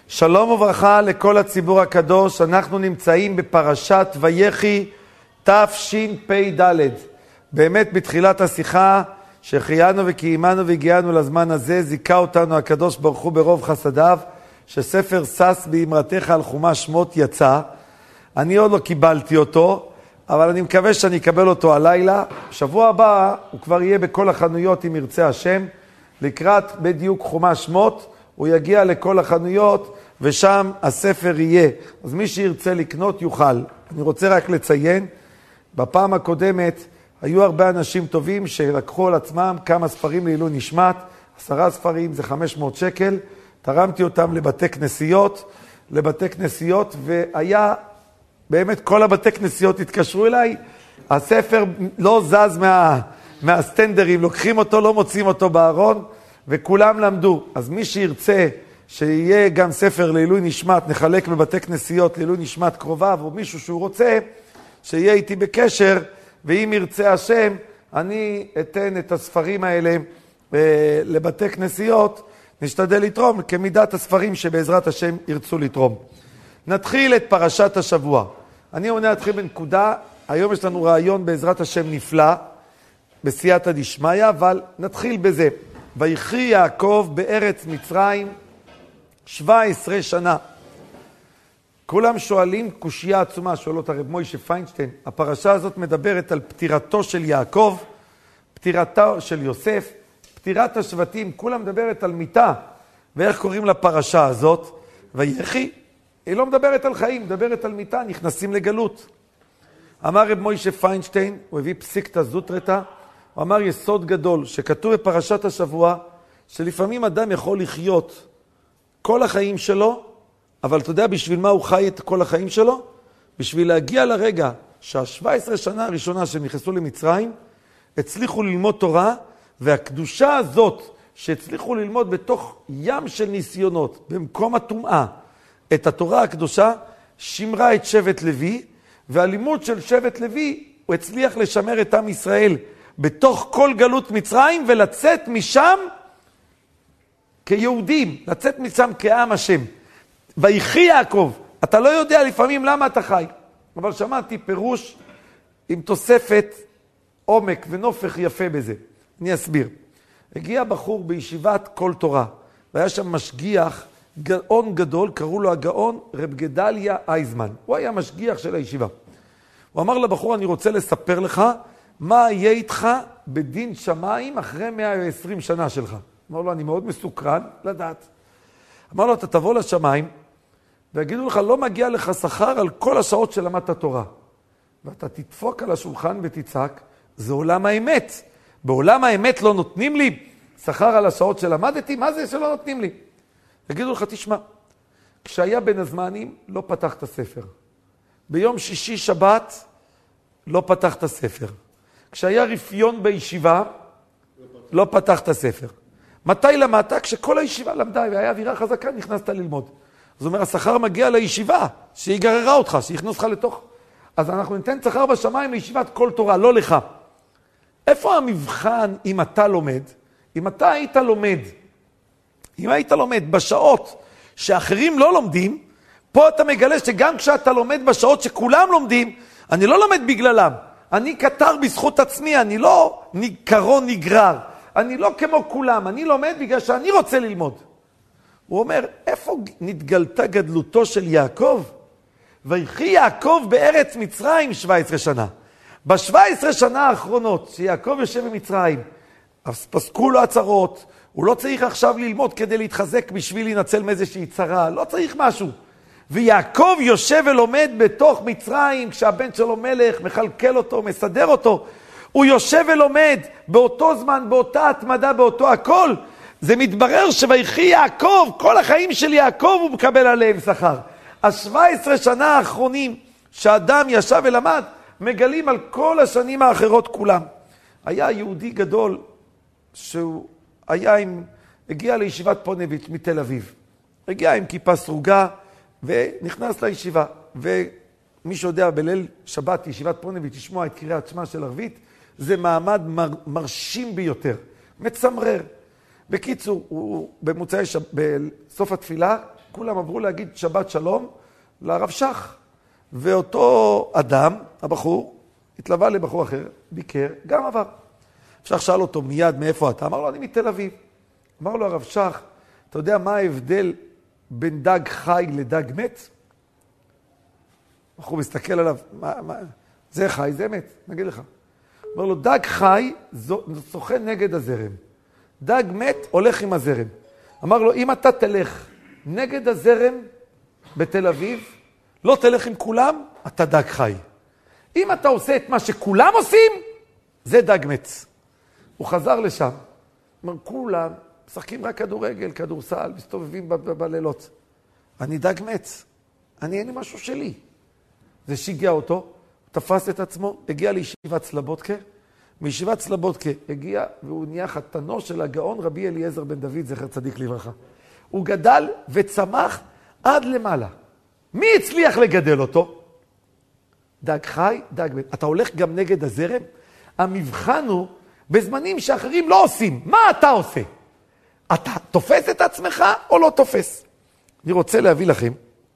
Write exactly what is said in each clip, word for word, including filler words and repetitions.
שלום וברכה לכל הציבור הקדוש. אנחנו נמצאים בפרשת ויחי תשפ"ד. באמת בתחילת השיחה שהחיינו וקיימנו והגיענו לזמן הזה, זיכה אותנו הקדוש ברוך הוא ברוב חסדיו שספר סס באמרתך על חומש שמות יצא. אני עוד לא קיבלתי אותו, אבל אני מקווה שאני אקבל אותו הלילה. שבוע הבא הוא כבר יהיה בכל החנויות אם ירצה השם. לקראת בדיוק חומש שמות הוא יגיע לכל החנויות ושם הספר יהיה. אז מי שירצה לקנות יוכל. אני רוצה רק לציין, בפעם הקודמת היו הרבה אנשים טובים שלקחו על עצמם כמה ספרים לעילוי נשמת, עשרה ספרים זה חמש מאות שקל, תרמתי אותם לבתי כנסיות, לבתי כנסיות, והיה באמת כל הבתי כנסיות התקשרו אליי, הספר לא זז מה, מהסטנדרים, לוקחים אותו, לא מוצאים אותו בארון, וכולם למדו. אז מי שירצה שיהיה גם ספר לעילוי נשמת, נחלק בבתי כנסיות לעילוי נשמת קרוביו, או מישהו שהוא רוצה, שיהיה איתי בקשר, ואם ירצה השם, אני אתן את הספרים האלה אה, לבתי כנסיות, נשתדל לתרום כמידת הספרים שבעזרת השם ירצו לתרום. נתחיל את פרשת השבוע. אני עונה להתחיל בנקודה, היום יש לנו רעיון בעזרת השם נפלא, בסייעתא דשמיא, אבל נתחיל בזה. ויחי יעקב בארץ מצרים שבע עשרה שנה. כולם שואלים קושיה עצומה, שואלות הרב מוישה פיינשטיין, הפרשה הזאת מדברת על פטירתו של יעקב, פטירתו של יוסף, פטירת השבטים, כולם מדברת על מיתה, ואיך קוראים לפרשה הזאת? ויחי, היא לא מדברת על חיים, מדברת על מיתה, נכנסים לגלות. אמר רב מוישה פיינשטיין, הוא הביא פסיקתא זוטרתא, הוא אמר יסוד גדול, שכתוב בפרשת השבוע, שלפעמים אדם יכול לחיות כל החיים שלו, אבל אתה יודע בשביל מה הוא חי את כל החיים שלו? בשביל להגיע לרגע שהשבע עשרה שנה הראשונה שהם נכנסו למצרים, הצליחו ללמוד תורה, והקדושה הזאת שהצליחו ללמוד בתוך ים של ניסיונות, במקום הטומאה, את התורה הקדושה, שמרה את שבט לוי, והלימוד של שבט לוי, הוא הצליח לשמר את עם ישראל בתוך כל גלות מצרים, ולצאת משם כיהודים, לצאת משם כעם השם. ויחי יעקב, אתה לא יודע לפעמים למה אתה חי, אבל שמעתי פירוש עם תוספת עומק ונופך יפה בזה. אני אסביר. הגיע בחור בישיבת כל תורה, והיה שם משגיח, גאון גדול, קראו לו הגאון רב גדליה אייזמן. הוא היה משגיח של הישיבה. הוא אמר לבחור, אני רוצה לספר לך מה יהיה איתך בדין שמיים אחרי מאה ועשרים שנה שלך. אמר לו, אני מאוד מסוקרן לדעת. אמר לו, אתה תבוא לשמיים, ויגידו לך, לא מגיע לך שכר על כל השעות שלמדת תורה. ואתה תדפוק על השולחן ותצעק, זה עולם האמת. בעולם האמת לא נותנים לי שכר על השעות שלמדתי, מה זה שלא נותנים לי? יגידו לך, תשמע, כשהיה בין הזמנים, לא פתח את הספר. ביום שישי שבת, לא פתח את הספר. כשהיה רפיון בישיבה, לא פתח את הספר. מתי למדת? כשכל הישיבה למדה, והיה אווירה חזקה, נכנסת ללמוד. זאת אומרת, השכר מגיע לישיבה, שהיא גררה אותך, שיכנוס לך לתוך. אז אנחנו ניתן שכר בשמיים לישיבת כל תורה, לא לך. איפה המבחן אם אתה לומד? אם אתה היית לומד, אם היית לומד בשעות שאחרים לא לומדים, פה אתה מגלה שגם כשאתה לומד בשעות שכולם לומדים, אני לא לומד בגללם. אני קטר בזכות עצמי, אני לא קרון נגרר. אני לא כמו כולם, אני לומד בגלל שאני רוצה ללמוד. הוא אומר, איפה נתגלתה גדלותו של יעקב? ויחי יעקב בארץ מצרים שבע עשרה שנה. בשבע עשרה שנה האחרונות שיעקב יושב במצרים, אז פסקו לו הצרות, הוא לא צריך עכשיו ללמוד כדי להתחזק בשביל להינצל מאיזושהי צרה, לא צריך משהו. ויעקב יושב ולומד בתוך מצרים, כשהבן שלו מלך, מחלקל אותו, מסדר אותו, הוא יושב ולומד באותו זמן, באותה התמדה, באותו הכל. זה מתברר שויחי יעקב, כל החיים של יעקב הוא מקבל עליהם שכר. השבע עשרה שנה האחרונים שאדם ישב ולמד, מגלים על כל השנים האחרות כולם. היה יהודי גדול שהוא היה עם, הגיע לישיבת פונביץ' מתל אביב. הגיע עם כיפה סרוגה ונכנס לישיבה. ומי שיודע בליל שבת ישיבת פונביץ' לשמוע את קריאת שמע של ערבית, זה מעמד מר, מרשים ביותר, מצמרר. בקיצור, הוא במוצאי שב... בסוף התפילה כולם עברו להגיד שבת שלום לרב שך. ואותו אדם, הבחור, התלווה לבחור אחר, ביקר, גם עבר. שך שאל אותו מיד מאיפה אתה? אמר לו, אני מתל אביב. אמר לו הרב שך, אתה יודע מה ההבדל בין דג חי לדג מת? בחור מסתכל עליו, מה, מה? זה חי, זה מת, נגיד לך. אמר לו, דג חי סוכן נגד הזרם. דג מת הולך עם הזרם. אמר לו, אם אתה תלך נגד הזרם בתל אביב, לא תלך עם כולם, אתה דג חי. אם אתה עושה את מה שכולם עושים, זה דג מת. הוא חזר לשם. אמר, כולם משחקים רק כדורגל, כדורסל, מסתובבים ב- ב- בלילות. אני דג מת. אני אין לי משהו שלי. זה שיגע אותו, הוא תפס את עצמו, הגיע לישיבת סלבודקה. מישיבת סלבודקה הגיע, והוא נהיה חתנו של הגאון רבי אליעזר בן דוד, זכר צדיק לברכה. הוא גדל וצמח עד למעלה. מי הצליח לגדל אותו? דג חי, דג מת. אתה הולך גם נגד הזרם? המבחן הוא בזמנים שאחרים לא עושים. מה אתה עושה? אתה תופס את עצמך או לא תופס? אני רוצה להביא לכם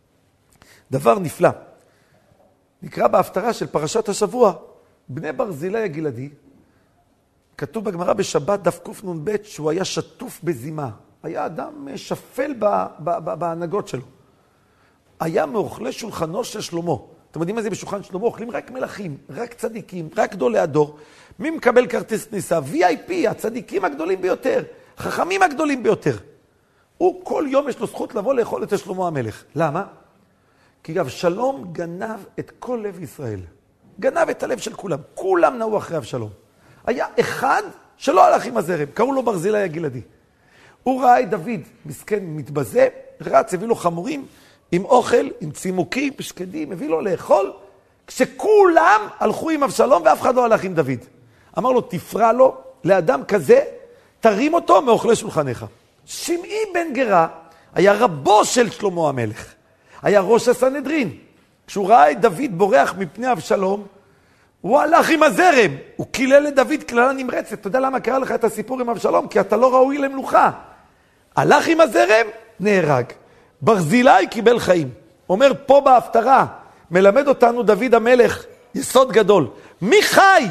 דבר נפלא. נקרא בהפטרה של פרשת השבוע, בני ברזילי הגלעדי, כתוב בגמרא בשבת דף קנ"ב שהוא היה שטוף בזימה. היה אדם שפל בהנהגות שלו. היה מאוכלי שולחנו של שלמה. אתם יודעים מה זה בשולחן שלמה? אוכלים רק מלכים, רק צדיקים, רק גדולי הדור. מי מקבל כרטיס כניסה? וי איי פי, הצדיקים הגדולים ביותר, חכמים הגדולים ביותר. הוא כל יום יש לו זכות לבוא לאכול את שלמה המלך. למה? כי אבשלום גנב את כל לב ישראל. גנב את הלב של כולם. כולם נעו אחרי אבשלום. היה אחד שלא הלך עם הזרם, קראו לו ברזילי הגלעדי. הוא ראה את דוד, מסכן מתבזה, רץ, הביא לו חמורים, עם אוכל, עם צימוקים, בשקדים, הביא לו לאכול, כשכולם הלכו עם אבשלום ואף אחד לא הלך עם דוד. אמר לו, תפרע לו, לאדם כזה, תרים אותו מאוכלי שולחניך. שמעי בן גרה היה רבו של שלמה המלך. היה ראש הסנהדרין. כשהוא ראה את דוד בורח מפני אבשלום, הוא הלך עם הזרם. הוא קילל לדוד כללה נמרצת. אתה יודע למה קרא לך את הסיפור עם אבשלום? כי אתה לא ראוי למלוכה. הלך עם הזרם, נהרג. ברזילי קיבל חיים. אומר פה בהפטרה, מלמד אותנו דוד המלך, יסוד גדול. מי חי?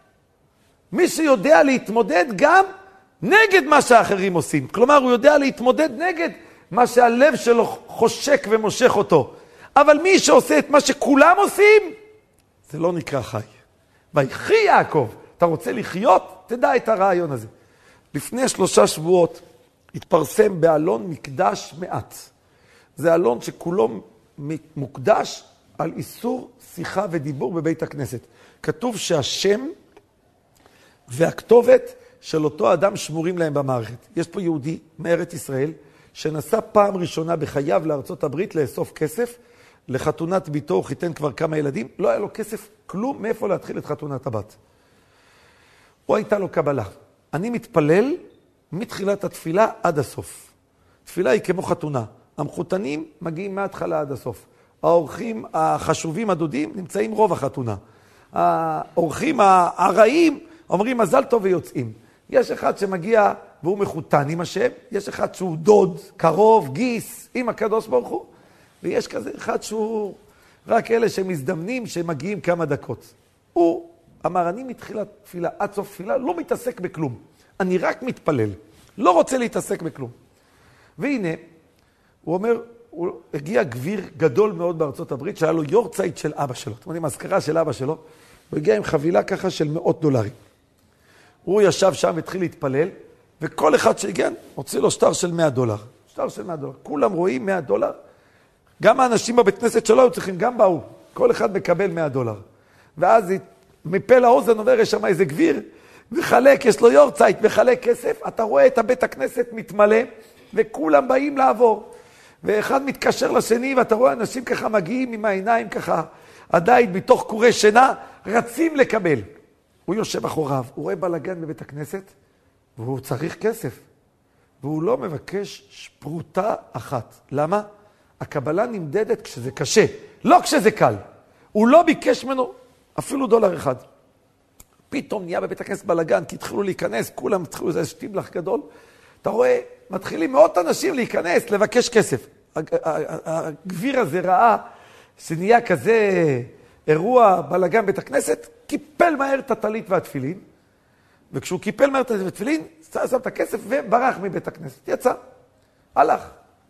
מי שיודע להתמודד גם נגד מה שאחרים עושים. כלומר, הוא יודע להתמודד נגד מה שהלב שלו חושק ומושך אותו. אבל מי שעושה את מה שכולם עושים, זה לא נקרא חי. ויחי יעקב, אתה רוצה לחיות? תדע את הרעיון הזה. לפני שלושה שבועות התפרסם באלון מקדש מעט. זה אלון שכולו מוקדש על איסור שיחה ודיבור בבית הכנסת. כתוב שהשם והכתובת של אותו אדם שמורים להם במערכת. יש פה יהודי מארץ ישראל שנסע פעם ראשונה בחייו לארצות הברית לאסוף כסף לחתונת ביתו, הוא חיתן כבר כמה ילדים, לא היה לו כסף כלום מאיפה להתחיל את חתונת הבת. הוא הייתה לו קבלה. אני מתפלל מתחילת התפילה עד הסוף. תפילה היא כמו חתונה. המחותנים מגיעים מההתחלה עד הסוף. האורחים החשובים הדודים נמצאים רוב החתונה. האורחים הרעים אומרים מזל טוב ויוצאים. יש אחד שמגיע והוא מחותן עם השם, יש אחד שהוא דוד, קרוב, גיס, עם הקדוש ברוך הוא, ויש כזה אחד שהוא רק אלה שמזדמנים שמגיעים כמה דקות. הוא אמר, אני מתחילת תפילה עד סוף תפילה לא מתעסק בכלום. אני רק מתפלל, לא רוצה להתעסק בכלום. והנה, הוא אומר, הוא הגיע גביר גדול מאוד בארצות הברית, שהיה לו יורצייט של אבא שלו. אתם יודעים, הזכרה של אבא שלו, הוא הגיע עם חבילה ככה של מאות דולרים. הוא ישב שם והתחיל להתפלל, וכל אחד שהגיע, הוציא לו שטר של מאה דולר. שטר של מאה דולר. כולם רואים מאה דולר. גם האנשים בבית כנסת שלו היו צריכים, גם באו. כל אחד מקבל מאה דולר. ואז מפה לאוזן אומר, יש שם איזה גביר, מחלק, יש לו יורצייט, מחלק כסף. אתה רואה את הבית הכנסת מתמלא, וכולם באים לעבור. ואחד מתקשר לשני, ואתה רואה אנשים ככה מגיעים עם העיניים ככה, עדיין מתוך קורי שינה, רצים לקבל. הוא יושב אחוריו, הוא רואה בלגן בבית הכנסת, והוא צריך כסף. והוא לא מבקש שפרוטה אחת. למה? הקבלה נמדדת כשזה קשה, לא כשזה קל. הוא לא ביקש ממנו אפילו דולר אחד. פתאום נהיה בבית הכנסת בלגן, כי התחילו להיכנס, כולם התחילו, זה שתימלח גדול. אתה רואה, מתחילים מאות אנשים להיכנס, לבקש כסף. הגביר הזה ראה שנהיה כזה אירוע בלגן בית הכנסת, קיפל מהר את הטלית והתפילין, וכשהוא קיפל מהר את הטלית והתפילין, שם את הכסף וברח מבית הכנסת. יצא, הלך.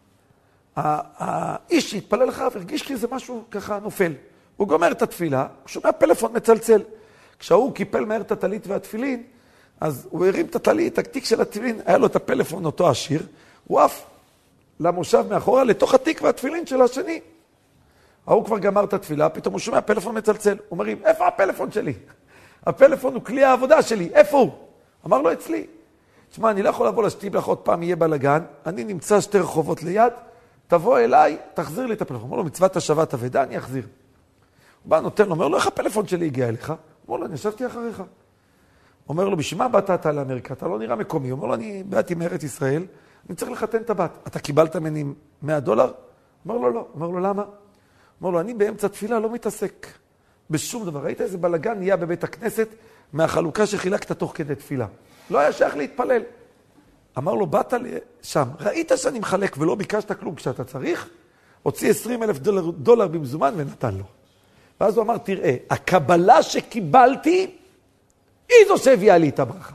האיש שהתפלל אחריו, הרגיש כי זה משהו ככה נופל. הוא גומר את התפילה, הוא שומע פלאפון מצלצל. כשהוא קיפל מהר את הטלית והתפילין, אז הוא הרים את הטלית, התיק של התפילין, היה לו את הפלאפון אותו עשיר, הוא עף למושב מאחורה, לתוך התיק והתפילין של השני. ההוא כבר גמר את התפילה, פתאום הוא שומע פלאפון מצלצל. הוא אומר, איפה הפלאפון שלי? הפלאפון הוא כלי העבודה שלי, איפה הוא? אמר לו, אצלי. תשמע, אני לא יכול לבוא לשטיבלך עוד פעם, יהיה בלגן, אני נמצא שתי רחובות ליד, תבוא אליי, תחזיר לי את הפלאפון. אומר לו, מצוות השבת אבדה, אני אחזיר. הוא בא, נותן לו, אומר לו, איך הפלאפון שלי הגיע אליך? אומר לו, אני ישבתי אחריך. אומר לו, בשביל מה באת אתה לאמריקה? אתה לא נראה מקומי. אומר לו, אני באתי מארץ ישראל, אני צריך לחתן את הבת. אתה קיבלת ממני מאה דולר? אומר לו, לא. אומר לו, למה? אומר לו, אני באמצע תפילה לא מתעסק בשום דבר. ראית איזה בלגן נהיה בבית הכנסת מהחלוקה שחילקת תוך כדי תפילה. לא היה שייך להתפלל. אמר לו, באת שם, ראית שאני מחלק ולא ביקשת כלום כשאתה צריך? הוציא עשרים אלף דולר, דולר במזומן ונתן לו. ואז הוא אמר, תראה, הקבלה שקיבלתי, היא זו שהביאה לי את הברכה.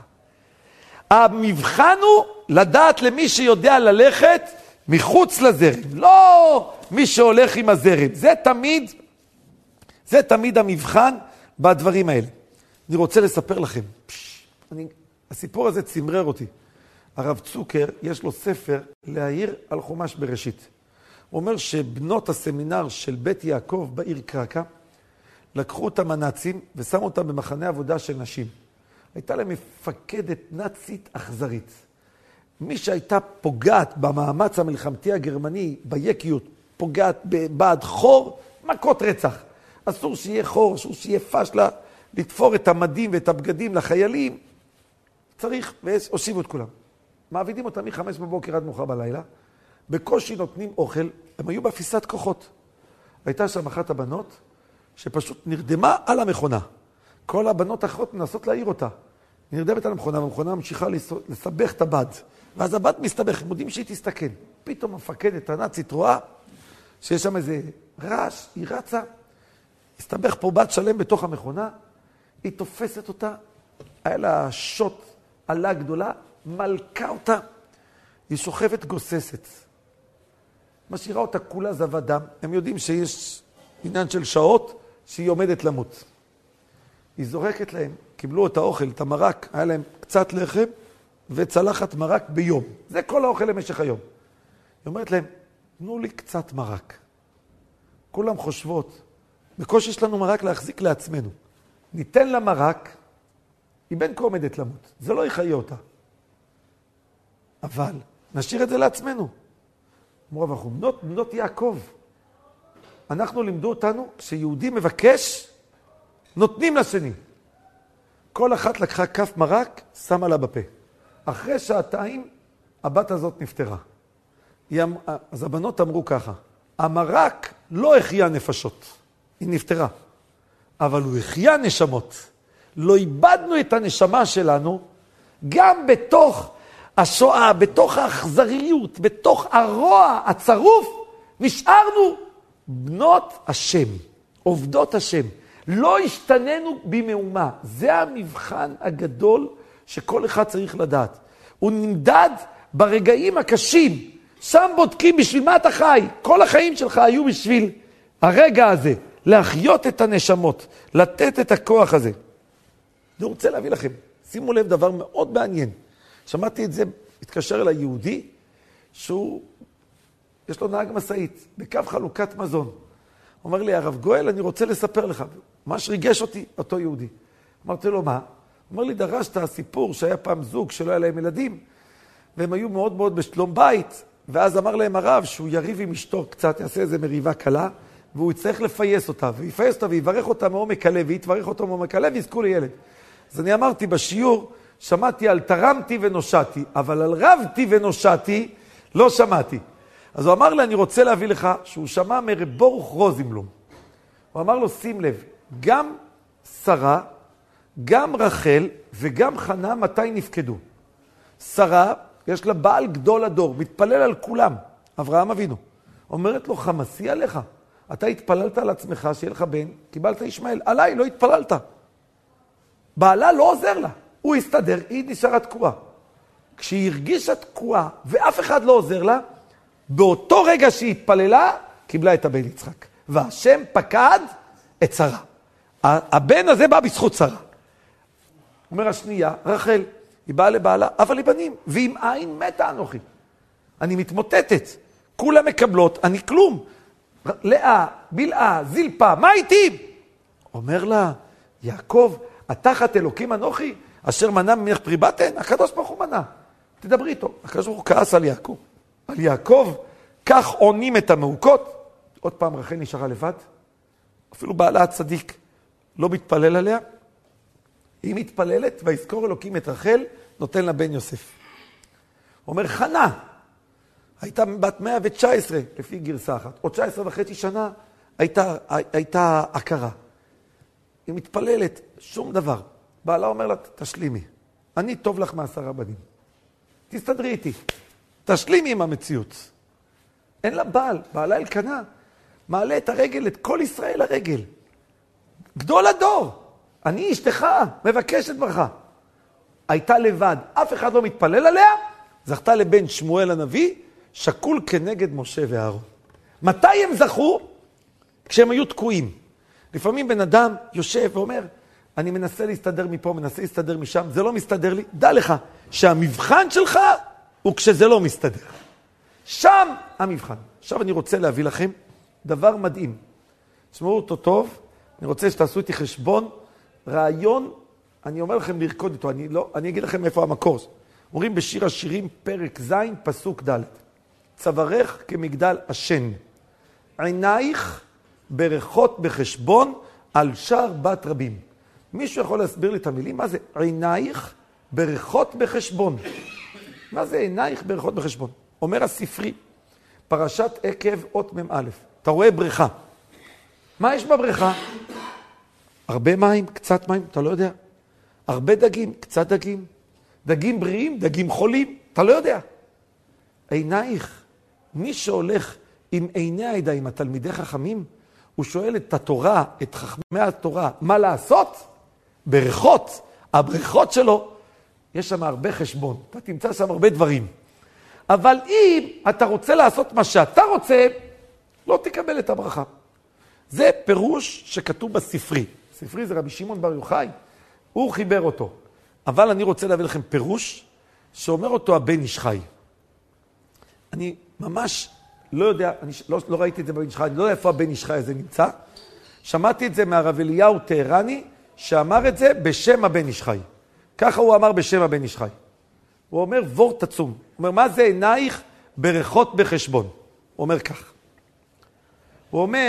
המבחן הוא לדעת למי שיודע ללכת מחוץ לזרם, לא מי שהולך עם הזרם. זה תמיד, זה תמיד המבחן בדברים האלה. אני רוצה לספר לכם, פש, אני, הסיפור הזה צמרר אותי. הרב צוקר, יש לו ספר להעיר על חומש בראשית. הוא אומר שבנות הסמינר של בית יעקב בעיר קרקה, לקחו אותם הנאצים ושמו אותם במחנה עבודה של נשים. הייתה להם מפקדת נאצית אכזרית. מי שהייתה פוגעת במאמץ המלחמתי הגרמני, ביקיות, פוגעת בעד חור, מכות רצח. אסור שיהיה חור, אסור שיהיה פשלה, לתפור את המדים ואת הבגדים לחיילים. צריך, והושיבו את כולם. מעבידים אותם מחמש בבוקר עד מאוחר בלילה, בקושי נותנים אוכל, הם היו באפיסת כוחות. הייתה שם אחת הבנות שפשוט נרדמה על המכונה. כל הבנות האחרות מנסות להעיר אותה. היא נרדמת על המכונה, והמכונה ממשיכה לסבך את הבד. ואז הבד מסתבך, הם יודעים שהיא תסתכן. פתאום המפקדת הנאצית רואה שיש שם איזה רעש, היא רצה, הסתבך פה בד שלם בתוך המכונה, היא תופסת אותה, היה לה שוט עלה גדולה, מלכה אותה, היא שוכבת גוססת. משאירה אותה כולה זבת דם, הם יודעים שיש עניין של שעות שהיא עומדת למות. היא זורקת להם, קיבלו את האוכל, את המרק, היה להם קצת לחם וצלחת מרק ביום. זה כל האוכל למשך היום. היא אומרת להם, תנו לי קצת מרק. כולם חושבות, בקושי יש לנו מרק להחזיק לעצמנו. ניתן לה מרק, היא בין כה עומדת למות. זה לא יחיה אותה. אבל נשאיר את זה לעצמנו. אמרו, אנחנו בנות, בנות יעקב. אנחנו לימדו אותנו, כשיהודי מבקש, נותנים לשני. כל אחת לקחה כף מרק, שמה לה בפה. אחרי שעתיים, הבת הזאת נפטרה. אז הבנות אמרו ככה, המרק לא החיה נפשות, היא נפטרה. אבל הוא החיה נשמות. לא איבדנו את הנשמה שלנו, גם בתוך השואה, בתוך האכזריות, בתוך הרוע הצרוף, נשארנו בנות השם, עובדות השם. לא השתננו במאומה. זה המבחן הגדול שכל אחד צריך לדעת. הוא נמדד ברגעים הקשים. שם בודקים בשביל מה אתה חי. כל החיים שלך היו בשביל הרגע הזה. להחיות את הנשמות. לתת את הכוח הזה. אני רוצה להביא לכם. שימו לב דבר מאוד מעניין. שמעתי את זה, התקשר אל היהודי, שהוא, יש לו נהג מסעית, בקו חלוקת מזון. אומר לי, הרב גואל, אני רוצה לספר לך. מה שריגש אותי, אותו יהודי. אמרתי לו, מה? אומר לי, דרשת הסיפור שהיה פעם זוג שלא היה להם ילדים, והם היו מאוד מאוד בשלום בית, ואז אמר להם הרב שהוא יריב עם אשתו קצת, יעשה איזה מריבה קלה, והוא יצטרך לפייס אותה, ויפייס אותה ויברך אותה מעומק הלב, ויתברך אותו מעומק הלב, ויזכו לילד. אז אני אמרתי בשיעור, שמעתי על תרמתי ונושעתי, אבל על רבתי ונושעתי לא שמעתי. אז הוא אמר לי, אני רוצה להביא לך, שהוא שמע מרב ברוך רוזנבלום. הוא אמר לו, שים לב, גם שרה, גם רחל וגם חנה, מתי נפקדו? שרה, יש לה בעל גדול הדור, מתפלל על כולם, אברהם אבינו. אומרת לו, חמסי עליך. אתה התפללת על עצמך שיהיה לך בן, קיבלת ישמעאל. עליי לא התפללת. בעלה לא עוזר לה. הוא הסתדר, היא נשארה תקועה. כשהיא הרגישה תקועה ואף אחד לא עוזר לה, באותו רגע שהיא התפללה, קיבלה את הבן יצחק. והשם פקד את שרה. הבן הזה בא בזכות שרה. אומר השנייה, רחל, היא באה לבעלה, אבל היא בנים, ועם עין מתה אנוכי. אני מתמוטטת. כולה מקבלות, אני כלום. לאה, בלעה, זילפה, מה איתי? אומר לה, יעקב, התחת אלוקים אנוכי, אשר מנע ממך פרי בטן, הקדוש ברוך הוא מנע. תדברי איתו. הקדוש ברוך הוא כעס על יעקב. על יעקב, כך עונים את המעוקות. עוד פעם רחל נשארה לבד. אפילו בעלה הצדיק לא מתפלל עליה. היא מתפללת, ויזכור אלוקים את רחל, נותן לה בן יוסף. הוא אומר, חנה, הייתה בת מאה ותשע עשרה, לפי גרסה אחת. עוד תשע עשרה וחצי שנה הייתה, הייתה הכרה. היא מתפללת, שום דבר. בעלה אומר לה, תשלימי. אני טוב לך מעשרה בנים. תסתדרי איתי. תשלימי עם המציאות. אין לה בעל, בעלה אלקנה. מעלה את הרגל, את כל ישראל הרגל. גדול הדור. אני אשתך, מבקשת ברכה. הייתה לבד, אף אחד לא מתפלל עליה, זכתה לבן שמואל הנביא, שקול כנגד משה ואהרון. מתי הם זכו? כשהם היו תקועים. לפעמים בן אדם יושב ואומר, אני מנסה להסתדר מפה, מנסה להסתדר משם, זה לא מסתדר לי. דע לך שהמבחן שלך הוא כשזה לא מסתדר. שם המבחן. עכשיו אני רוצה להביא לכם דבר מדהים. תשמעו אותו טוב, אני רוצה שתעשו איתי חשבון, רעיון, אני אומר לכם לרקוד איתו, אני, לא, אני אגיד לכם איפה המקור. אומרים בשיר השירים, פרק ז', פסוק ד'. צווארך כמגדל השן. עינייך ברכות בחשבון על שער בת רבים. מישהו יכול להסביר לי את המילים? מה זה? עינייך ברכות בחשבון. מה זה עינייך ברכות בחשבון? אומר הספרי, פרשת עקב אות מ"א. אתה רואה בריכה. מה יש בבריכה? הרבה מים, קצת מים, אתה לא יודע. הרבה דגים, קצת דגים. דגים בריאים, דגים חולים, אתה לא יודע. עינייך, מי שהולך עם עיני העדה, עם התלמידי חכמים, הוא שואל את התורה, את חכמי התורה, מה לעשות? בריכות. הבריכות שלו, יש שם הרבה חשבון. אתה תמצא שם הרבה דברים. אבל אם אתה רוצה לעשות מה שאתה רוצה, לא תקבל את הברכה. זה פירוש שכתוב בספרי. ספרי זה רבי שמעון בר יוחאי. הוא חיבר אותו. אבל אני רוצה להביא לכם פירוש שאומר אותו הבן איש חי. אני ממש לא יודע, אני לא, לא ראיתי את זה בבן איש חי, אני לא יודע איפה הבן איש חי הזה נמצא. שמעתי את זה מהרב אליהו טהרני, שאמר את זה בשם הבן איש חי. ככה הוא אמר בשם הבן איש חי. הוא אומר וורט עצום. הוא אומר, מה זה עינייך ברכות בחשבון? הוא אומר כך. הוא אומר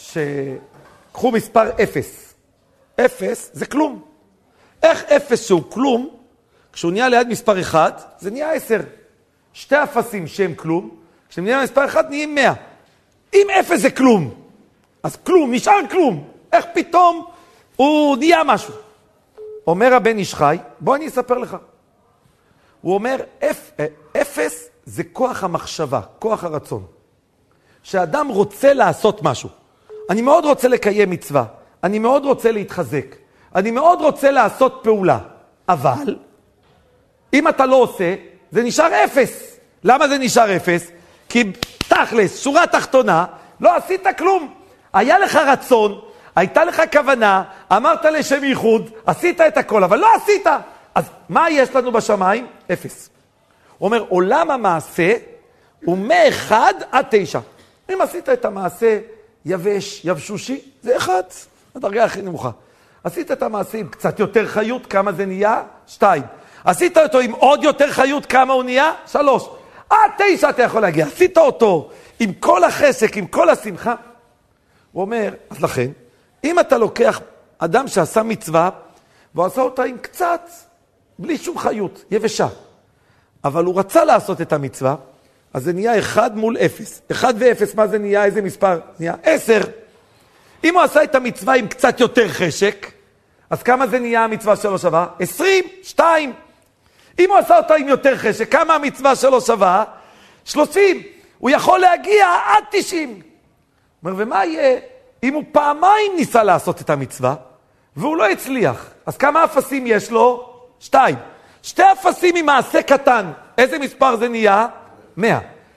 שקחו מספר אפס. אפס זה כלום. איך אפס שהוא כלום, כשהוא נהיה ליד מספר אחד, זה נהיה עשר. שתי אפסים שהם כלום, כשהם נהיה מספר אחד נהיים מאה. אם אפס זה כלום, אז כלום, נשאר כלום. איך פתאום הוא נהיה משהו? אומר הבן איש חי, בוא אני אספר לך. הוא אומר, אפ, אפס זה כוח המחשבה, כוח הרצון. שאדם רוצה לעשות משהו. אני מאוד רוצה לקיים מצווה. אני מאוד רוצה להתחזק. אני מאוד רוצה לעשות פעולה. אבל, אם אתה לא עושה, זה נשאר אפס. למה זה נשאר אפס? כי תכלס, שורה תחתונה, לא עשית כלום. היה לך רצון, הייתה לך כוונה, אמרת לשם ייחוד, עשית את הכל, אבל לא עשית. אז מה יש לנו בשמיים? אפס. הוא אומר, עולם המעשה הוא מאחד עד תשע. אם עשית את המעשה יבש, יבשושי, זה אחד, הדרגה הכי נמוכה. עשית את המעשה עם קצת יותר חיות, כמה זה נהיה? שתיים. עשית אותו עם עוד יותר חיות, כמה הוא נהיה? שלוש. עד תשע אתה יכול להגיע. עשית אותו עם כל החסק, עם כל השמחה. הוא אומר, אז לכן, אם אתה לוקח אדם שעשה מצווה, והוא עשה אותה עם קצת, בלי שום חיות, יבשה. אבל הוא רצה לעשות את המצווה, אז זה נהיה אחד מול אפס. אחד ואפס, מה זה נהיה? איזה מספר? נהיה עשר. אם הוא עשה את המצווה עם קצת יותר חשק, אז כמה זה נהיה המצווה שלו שווה? עשרים, שתיים. אם הוא עשה אותה עם יותר חשק, כמה המצווה שלו שווה? שלושים. הוא יכול להגיע עד תשעים. אומר, ומה יהיה אם הוא פעמיים ניסה לעשות את המצווה, והוא לא הצליח? אז כמה אפסים יש לו? שתיים. שתי אפסים עם מעשה קטן. איזה מספר זה נהיה? מאה.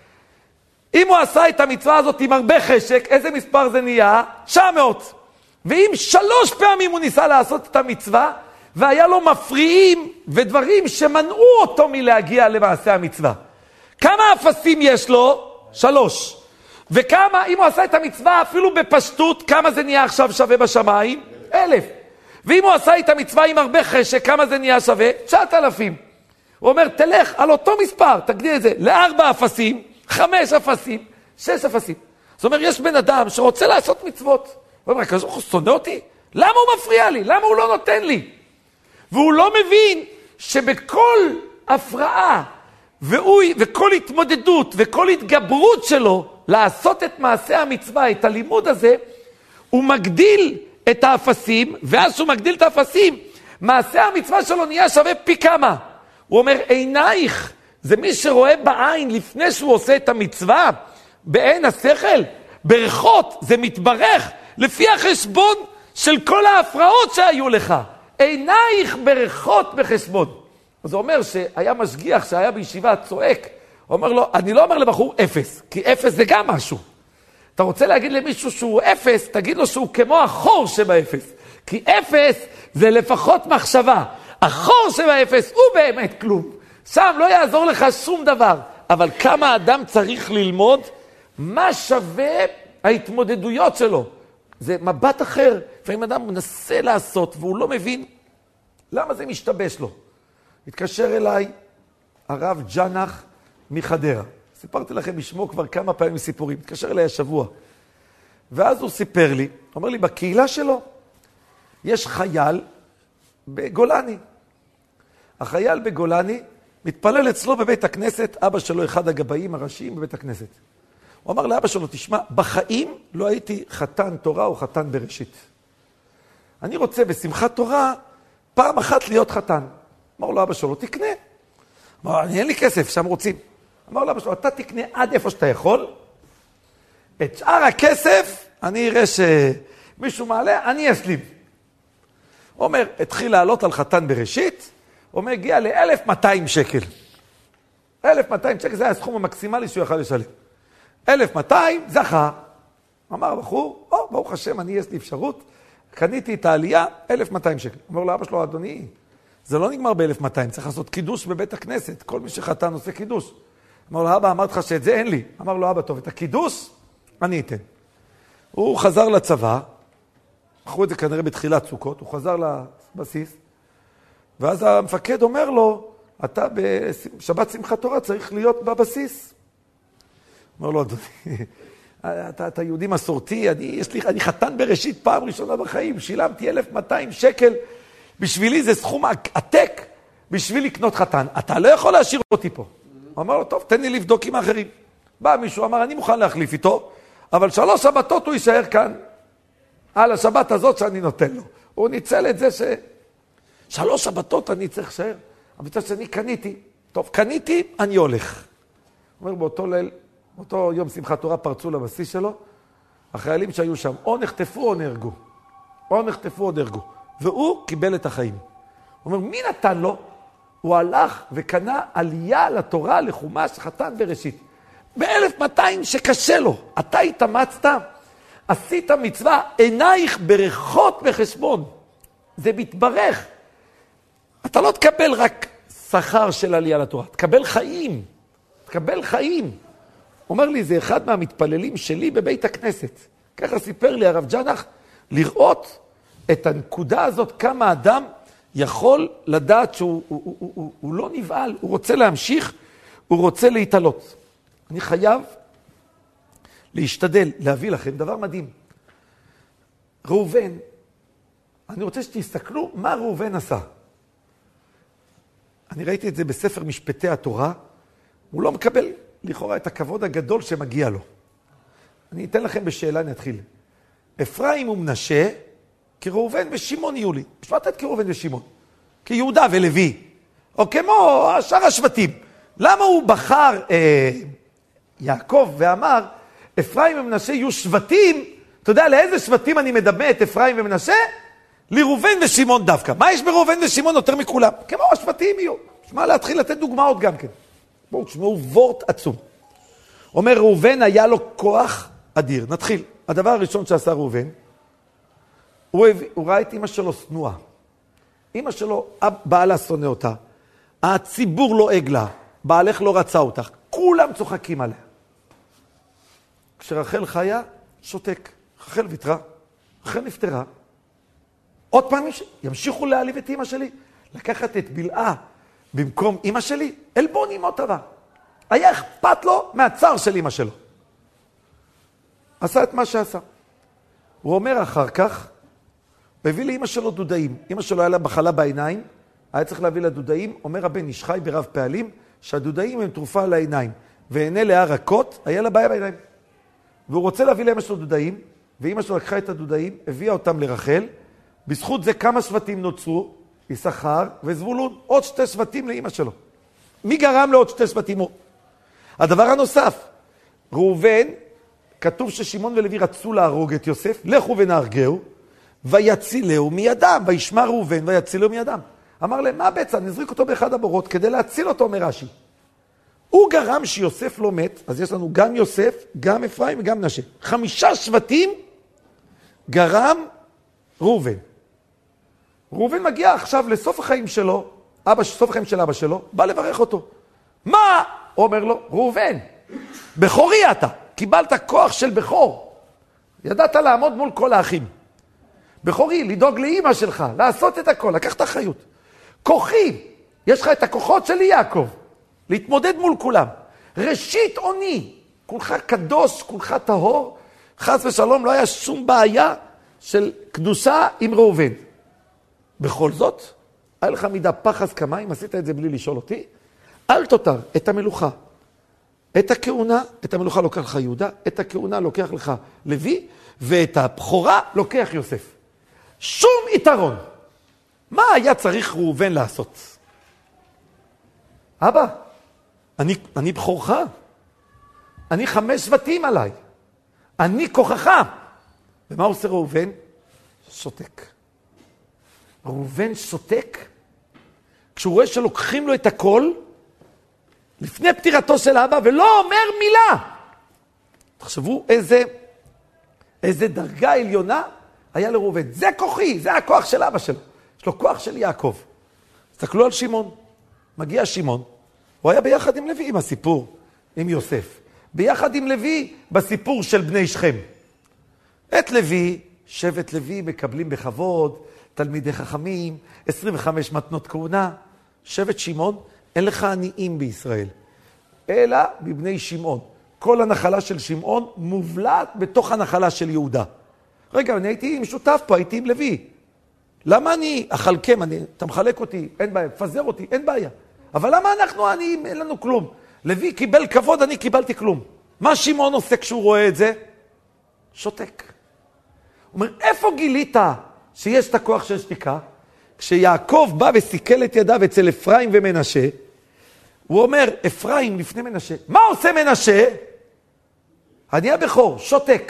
אם הוא עשה את המצווה הזאת עם הרבה חשק, איזה מספר זה נהיה? תשע מאות. ואם שלוש פעמים הוא ניסה לעשות את המצווה, והיה לו מפריעים ודברים שמנעו אותו מלהגיע למעשה המצווה. כמה אפסים יש לו? שלוש. וכמה, אם הוא עשה את המצווה אפילו בפשטות, כמה זה נהיה עכשיו שווה בשמיים? אלף. ואם הוא עשה את המצווה עם הרבה חשק, כמה זה נהיה שווה? תשעת אלפים. הוא אומר, תלך על אותו מספר, תגדיר את זה, לארבע אפסים, חמש אפסים, שש אפסים. זאת אומרת, יש בן אדם שרוצה לעשות מצוות. הוא אומר, כזו, הוא שונא אותי? למה הוא מפריע לי? למה הוא לא נותן לי? והוא לא מבין שבכל הפרעה, והוא, וכל התמודדות, וכל התגברות שלו, לעשות את מעשה המצווה, את הלימוד הזה, הוא מגדיל את האפסים, ואז שהוא מגדיל את האפסים, מעשה המצווה שלו נהיה שווה פי כמה. הוא אומר, עינייך, זה מי שרואה בעין לפני שהוא עושה את המצווה, בעין השכל, ברכות, זה מתברך, לפי החשבון של כל ההפרעות שהיו לך. עינייך ברכות בחשבון. אז הוא אומר שהיה משגיח שהיה בישיבה צועק, הוא אומר לו, אני לא אומר לבחור אפס, כי אפס זה גם משהו. אתה רוצה להגיד למישהו שהוא אפס, תגיד לו שהוא כמו החור שבאפס. כי אפס זה לפחות מחשבה. החור שבאפס הוא באמת כלום. שם לא יעזור לך שום דבר. אבל כמה אדם צריך ללמוד, מה שווה ההתמודדויות שלו. זה מבט אחר. לפעמים אדם מנסה לעשות והוא לא מבין למה זה משתבש לו. התקשר אליי הרב ג'נח מחדרה. סיפרתי לכם בשמו כבר כמה פעמים סיפורים. התקשר אליי השבוע. ואז הוא סיפר לי, אומר לי, בקהילה שלו יש חייל בגולני. החייל בגולני מתפלל אצלו בבית הכנסת, אבא שלו אחד הגבאים הראשיים בבית הכנסת. הוא אמר לאבא שלו, תשמע, בחיים לא הייתי חתן תורה או חתן בראשית. אני רוצה בשמחת תורה פעם אחת להיות חתן. אמר לו אבא שלו, תקנה. אמר, אני אין לי כסף, שם רוצים. אמר לו אבא שלו, אתה תקנה עד איפה שאתה יכול, את שאר הכסף, אני אראה שמישהו מעלה, אני אסלים. הוא אומר, התחיל לעלות על חתן בראשית, הוא אומר, הגיע ל-אלף ומאתיים שקל. אלף ומאתיים שקל, זה היה הסכום המקסימלי שהוא יכל לשלם. אלף ומאתיים, זכה. אמר הבחור, או, ברוך השם, אני יש לי אפשרות, קניתי את העלייה, אלף ומאתיים שקל. אומר לו, אבא שלו, אדוני, זה לא נגמר ב-אלף ומאתיים, צריך לעשות קידוש בבית הכנסת. כל מי שחתן עושה קידוש. אמר לו, אבא, אמרתי לך שאת זה אין לי. אמר לו, אבא, טוב, את הקידוש אני אתן. הוא חזר לצבא, אחרו את זה כנראה בתחילת סוכות, הוא חזר לבסיס, ואז המפקד אומר לו, אתה בשבת שמחת תורה צריך להיות בבסיס. אומר לו, אדוני, אתה, אתה יהודי מסורתי, אני, יש לי, אני חתן בראשית פעם ראשונה בחיים, שילמתי אלף ומאתיים שקל, בשבילי זה סכום עתק, בשביל לקנות חתן. אתה לא יכול להשאיר אותי פה. הוא אמר לו, טוב, תן לי לבדוק עם האחרים. בא מישהו, אמר, אני מוכן להחליף איתו, אבל שלוש שבתות הוא יישאר כאן, על השבת הזאת שאני נותן לו. הוא ניצל את זה ש... שלוש שבתות אני צריך לשאר. אבל מצד שאני קניתי. טוב, קניתי, אני הולך. הוא אומר, באותו ליל, באותו יום שמחת תורה פרצו לבסיס שלו, החיילים שהיו שם, או נחטפו או נהרגו. או נחטפו או נהרגו. והוא קיבל את החיים. הוא אומר, מי נתן לו? הוא הלך וקנה עלייה לתורה, לחומש, חתן בראשית. ב-אלף ומאתיים שקשה לו. אתה התאמצת, עשית מצווה, עינייך ברכות בחשבון. זה מתברך. אתה לא תקבל רק שכר של עלייה לתורה, תקבל חיים. תקבל חיים. אומר לי, זה אחד מהמתפללים שלי בבית הכנסת. ככה סיפר לי הרב ג'נח, לראות את הנקודה הזאת, כמה אדם יכול לדעת שהוא הוא, הוא, הוא, הוא, הוא לא נבעל, הוא רוצה להמשיך, הוא רוצה להתעלות. אני חייב להשתדל, להביא לכם דבר מדהים. ראובן, אני רוצה שתסתכלו מה ראובן עשה. אני ראיתי את זה בספר משפטי התורה, הוא לא מקבל לכאורה את הכבוד הגדול שמגיע לו. אני אתן לכם בשאלה, נתחיל. אפרים ומנשה, כראובן ושמעון יהיו לי. בשביל לתת כראובן ושמעון. כיהודה ולוי. או כמו שאר השבטים. למה הוא בחר אה, יעקב ואמר, אפרים ומנשה יהיו שבטים, אתה יודע לאיזה שבטים אני מדמה את אפרים ומנשה? לראובן ושמעון דווקא. מה יש בראובן ושמעון יותר מכולם? כמו השבטים יהיו. שמע להתחיל לתת דוגמאות גם כן. בואו תשמעו וורט עצום. אומר ראובן היה לו כוח אדיר. נתחיל. הדבר הראשון שעשה ראובן, הוא, הוא ראה את אמא שלו שנואה. אמא שלו, בעלה שונא אותה. הציבור לועג לה. בעלך לא רצה אותך. כולם צוחקים עליה. כשרחל חיה, שותק. רחל ויתרה. רחל נפטרה. עוד פעם ימשיכו להעליב את אמא שלי. לקחת את בלעה במקום אמא שלי. אלבון אמו טבע. היה אכפת לו מהצער של אמא שלו. עשה את מה שעשה. הוא אומר אחר כך, הוא הביא לאמא שלו דודאים. אמא שלו היה לה מחלה בעיניים, היה צריך להביא לה דודאים. אומר הבן איש חי ברב פעלים, שהדודאים הם תרופה על העיניים. ועיני לאה רכות, היה לה בעיה בעיניים. והוא רוצה להביא לאמא שלו דודאים, ואמא שלו לקחה את הדודאים, הביאה אותם לרחל. בזכות זה כמה שבטים נוצרו, יששכר וזבולון, עוד שתי שבטים לאמא שלו. מי גרם לעוד שתי שבטים? הדבר הנוסף, ראובן, כתוב ששמעון ולוי רצו להרוג את יוסף, לכו ונהרגהו, ויצילהו מידם, וישמע ראובן ויצילהו מידם. אמר להם, מה בעצם? נזריק אותו באחד הבורות כדי להציל אותו מרש"י. הוא גרם שיוסף לא מת, אז יש לנו גם יוסף, גם אפרים וגם מנשה. חמישה שבטים גרם ראובן. ראובן מגיע עכשיו לסוף החיים שלו, אבא, סוף החיים של אבא שלו, בא לברך אותו. מה? אומר לו, ראובן, בכורי אתה, קיבלת כוח של בכור. ידעת לעמוד מול כל האחים. בכורי, לדאוג לאמא שלך, לעשות את הכל, לקחת אחריות. כוחי, יש לך את הכוחות שלי יעקב, להתמודד מול כולם. ראשית עוני, כולך קדוש, כולך טהור, חס ושלום לא היה שום בעיה של קדושה עם ראובן. בכל זאת, היה לך מידה פחז כמיים, עשית את זה בלי לשאול אותי, אל תותר את המלוכה, את הכהונה, את המלוכה לוקח לך יהודה, את הכהונה לוקח לך לוי, ואת הבכורה לוקח יוסף. שום יתרון. מה היה צריך ראובן לעשות? אבא, אני, אני בכורך. אני חמש שבטים עליי. אני כוחך. ומה עושה ראובן? שותק. ראובן שותק. כשהוא רואה שלוקחים לו את הכל, לפני פטירתו של אבא, ולא אומר מילה. תחשבו איזה, איזה דרגה עליונה היה לראובן. זה כוחי, זה הכוח של אבא שלו. יש לו כוח של יעקב. תסתכלו על שמעון. מגיע שמעון. הוא היה ביחד עם לוי עם הסיפור, עם יוסף. ביחד עם לוי בסיפור של בני שכם. את לוי, שבט לוי מקבלים בכבוד, תלמידי חכמים, עשרים וחמש מתנות כהונה. שבט שמעון, אין לך עניים בישראל, אלא בבני שמעון. כל הנחלה של שמעון מובלעת בתוך הנחלה של יהודה. רגע, אני הייתי משותף פה, הייתי עם לוי. למה אני אחלקם? אני, אתה מחלק אותי, אין בעיה, פזר אותי, אין בעיה. אבל למה אנחנו עניים? אין לנו כלום. לוי קיבל כבוד, אני קיבלתי כלום. מה שמעון עושה כשהוא רואה את זה? שותק. הוא אומר, איפה גילית שיש את הכוח של שתיקה? כשיעקב בא וסיכל את ידיו אצל אפרים ומנשה, הוא אומר, אפרים לפני מנשה. מה עושה מנשה? אני הבכור, שותק.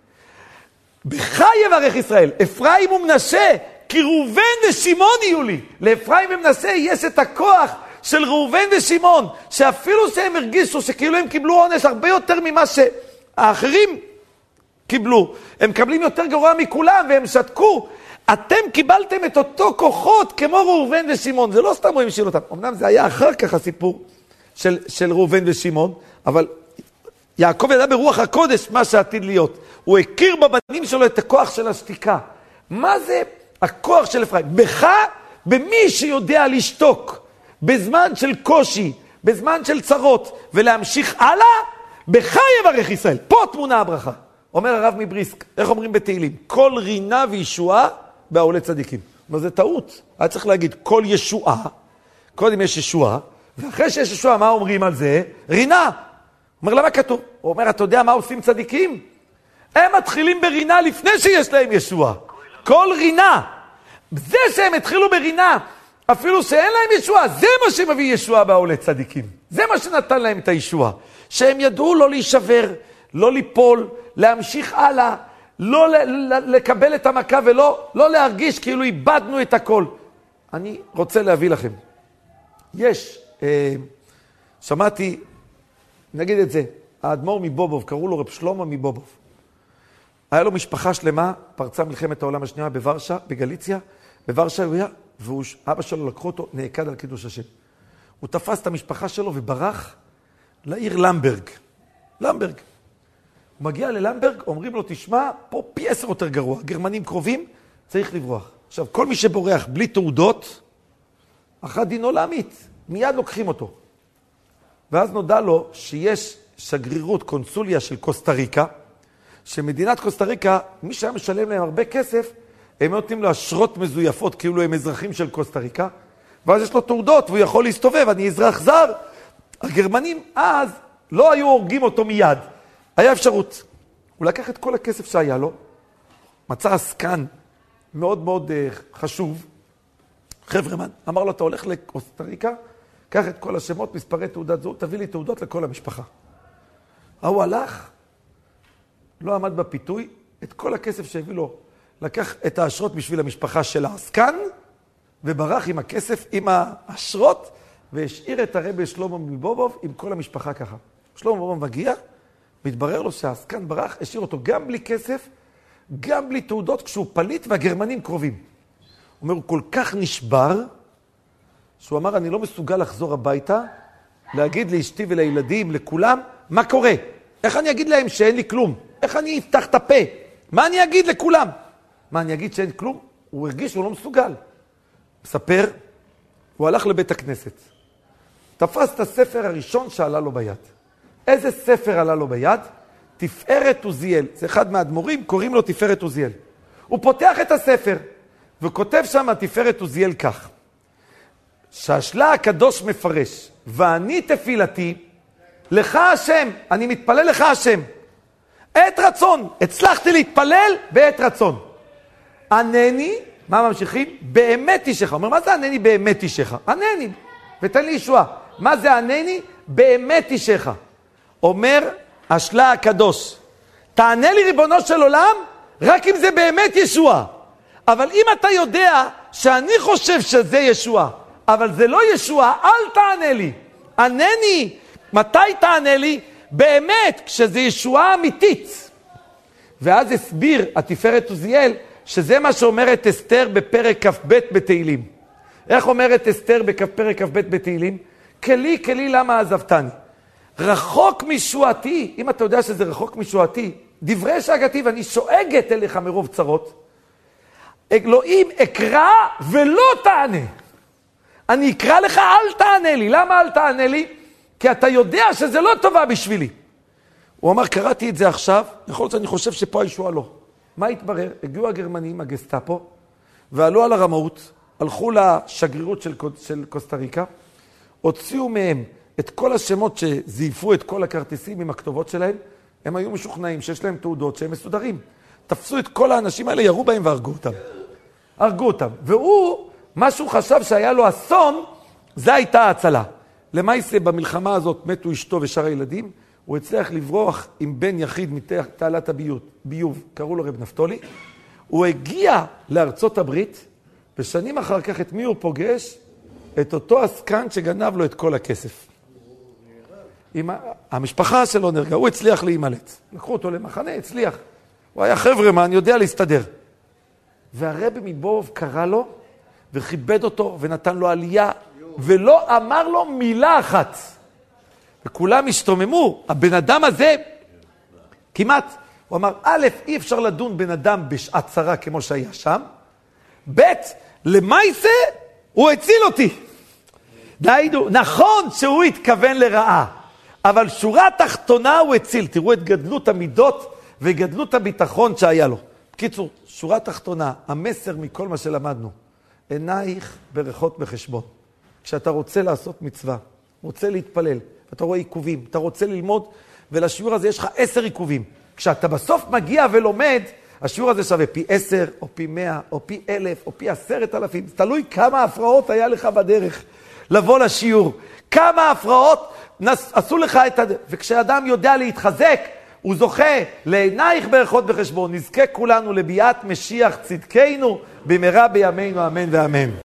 בך יברך ישראל, אפרים ומנשה, כי ראובן ושמעון יהיו לי. לאפרים ומנשה יש את הכוח של ראובן ושמעון, שאפילו שהם הרגישו שכאילו הם קיבלו עונש הרבה יותר ממה שהאחרים קיבלו. הם מקבלים יותר גרוע מכולם והם שתקו. אתם קיבלתם את אותו כוחות כמו ראובן ושמעון. זה לא סתם רואים שיל אותם. אמנם זה היה אחר כך הסיפור של, של ראובן ושמעון, אבל יעקב ידע ברוח הקודש מה שעתיד להיות. הוא הכיר בבנים שלו את הכוח של השתיקה. מה זה הכוח של אפרים? בך, במי שיודע לשתוק, בזמן של קושי, בזמן של צרות, ולהמשיך הלאה, בך יברך ישראל. פה תמונה הברכה. אומר הרב מבריסק, איך אומרים בתהילים? כל רינה וישועה בעולי צדיקים. אבל זה טעות. היה צריך להגיד, כל ישועה, קודם יש ישועה, ואחרי שיש ישועה, מה אומרים על זה? רינה. אומר, למה כתוב? הוא אומר, אתה יודע מה עושים צדיקים? הם מתחילים ברינה לפני שיש להם ישועה. כל רינה. זה שהם התחילו ברינה, אפילו שאין להם ישועה, זה מה שמביא ישועה בעולי צדיקים. זה מה שנתן להם את הישועה. שהם ידעו לא להישבר, לא ליפול, להמשיך הלאה, לא לקבל את המכה ולא לא להרגיש כאילו איבדנו את הכל. אני רוצה להביא לכם. יש, אה, שמעתי, נגיד את זה, האדמו"ר מבובוב, קראו לו רב שלמה מבובוב. היה לו משפחה שלמה, פרצה מלחמת העולם השנייה בוורשה, בגליציה, בוורשה הוא היה, ואבא שלו לקחו אותו, נעקד על קידוש השם. הוא תפס את המשפחה שלו וברח לעיר למברג. למברג. הוא מגיע ללמברג, אומרים לו, תשמע, פה פי עשר יותר גרוע, גרמנים קרובים, צריך לברוח. עכשיו, כל מי שבורח בלי תעודות, אחת דינו להמית, מיד לוקחים אותו. ואז נודע לו שיש שגרירות, קונסוליה של קוסטה ריקה, שמדינת קוסטה ריקה, מי שהיה משלם להם הרבה כסף, הם נותנים לו אשרות מזויפות, כאילו הם אזרחים של קוסטה ריקה, ואז יש לו תעודות, והוא יכול להסתובב, אני אזרח זר. הגרמנים אז לא היו הורגים אותו מיד. היה אפשרות. הוא לקח את כל הכסף שהיה לו, מצא עסקן מאוד מאוד uh, חשוב, חברמן, אמר לו, אתה הולך לקוסטה ריקה, קח את כל השמות, מספרי תעודת זהות, תביא לי תעודות לכל המשפחה. הוא הלך, לא עמד בפיתוי, את כל הכסף שהביא לו, לקח את האשרות בשביל המשפחה של העסקן, וברח עם הכסף, עם האשרות, והשאיר את הרבי שלמה מבובוב עם כל המשפחה ככה. שלמה מבובוב מגיע, והתברר לו שהעסקן ברח, השאיר אותו גם בלי כסף, גם בלי תעודות, כשהוא פליט והגרמנים קרובים. הוא אומר, הוא כל כך נשבר, שהוא אמר, אני לא מסוגל לחזור הביתה, להגיד לאשתי ולילדים, לכולם, מה קורה? איך אני אגיד להם שאין לי כלום? איך אני אפתח את הפה? מה אני אגיד לכולם? מה, אני אגיד שאין כלום? הוא הרגיש שהוא לא מסוגל. מספר, הוא הלך לבית הכנסת. תפס את הספר הראשון שעלה לו ביד. איזה ספר עלה לו ביד? תפארת עוזיאל. זה אחד מהאדמו"רים, קוראים לו תפארת עוזיאל. הוא פותח את הספר, וכותב שם תפארת עוזיאל כך. שהשלה הקדוש מפרש, ואני תפילתי, לך השם, אני מתפלל לך השם. עת רצון, הצלחתי להתפלל בעת רצון. ענני, מה ממשיכים? באמת אישך. אומר, מה זה ענני באמת אישך? ענני, ותן לי ישועה. מה זה ענני? באמת אישך. אומר השלה הקדוש, תענה לי ריבונו של עולם, רק אם זה באמת ישועה. אבל אם אתה יודע שאני חושב שזה ישועה, אבל זה לא ישועה, אל תענה לי. ענני, מתי תענה לי? באמת, כשזה ישועה אמיתית. ואז הסביר התפארת עוזיאל, שזה מה שאומרת אסתר בפרק כ"ב בתהילים. איך אומרת אסתר בפרק כ"ב בתהילים? כלי, כלי, למה עזבתני? רחוק משועתי, אם אתה יודע שזה רחוק משועתי, דברי שאגתי ואני שואגת אליך מרוב צרות, אלוהים אקרא ולא תענה. אני אקרא לך, אל תענה לי. למה אל תענה לי? כי אתה יודע שזה לא טובה בשבילי. הוא אמר, קראתי את זה עכשיו, יכול להיות שאני חושב שפה הישועה לא. מה התברר? הגיעו הגרמנים, הגסטאפו, ועלו על הרמאות, הלכו לשגרירות של, של קוסטה ריקה, הוציאו מהם את כל השמות שזייפו את כל הכרטיסים עם הכתובות שלהם, הם היו משוכנעים שיש להם תעודות שהם מסודרים. תפסו את כל האנשים האלה, ירו בהם והרגו אותם. הרגו אותם. והוא, מה שהוא חשב שהיה לו אסון, זה הייתה ההצלה. למעשה במלחמה הזאת מתו אשתו ושאר הילדים, הוא הצליח לברוח עם בן יחיד מתעלת הביוב, קראו לו רב נפתולי. הוא הגיע לארצות הברית, ושנים אחר כך את מי הוא פוגש? את אותו עסקן שגנב לו את כל הכסף. עם המשפחה שלו נרגע, הוא הצליח להימלט. לקחו אותו למחנה, הצליח. הוא היה חבר'ה, מה, אני יודע להסתדר. והרבי מבוב קרא לו, וכיבד אותו, ונתן לו עלייה, ולא אמר לו מילה אחת. וכולם השתוממו, הבן אדם הזה, כמעט, הוא אמר, א', אי אפשר לדון בן אדם בשעת צרה כמו שהיה שם, ב', למעשה, הוא הציל אותי. דיינו, נכון שהוא התכוון לרעה, אבל שורה תחתונה הוא הציל. תראו את גדלות המידות וגדלות הביטחון שהיה לו. בקיצור, שורה תחתונה, המסר מכל מה שלמדנו, עינייך ברכות בחשבון. כשאתה רוצה לעשות מצווה, רוצה להתפלל, אתה רואה עיכובים, אתה רוצה ללמוד, ולשיעור הזה יש לך עשר עיכובים. כשאתה בסוף מגיע ולומד, השיעור הזה שווה פי עשר, או פי מאה, או פי אלף, או פי עשרת אלפים. תלוי כמה הפרעות היה לך בדרך. לבוא לשיעור. כמה הפרעות נס... עשו לך את הד... וכשאדם יודע להתחזק, הוא זוכה לעינייך ברכות בחשבון. נזכה כולנו לביאת משיח צדקנו במהרה בימינו, אמן ואמן.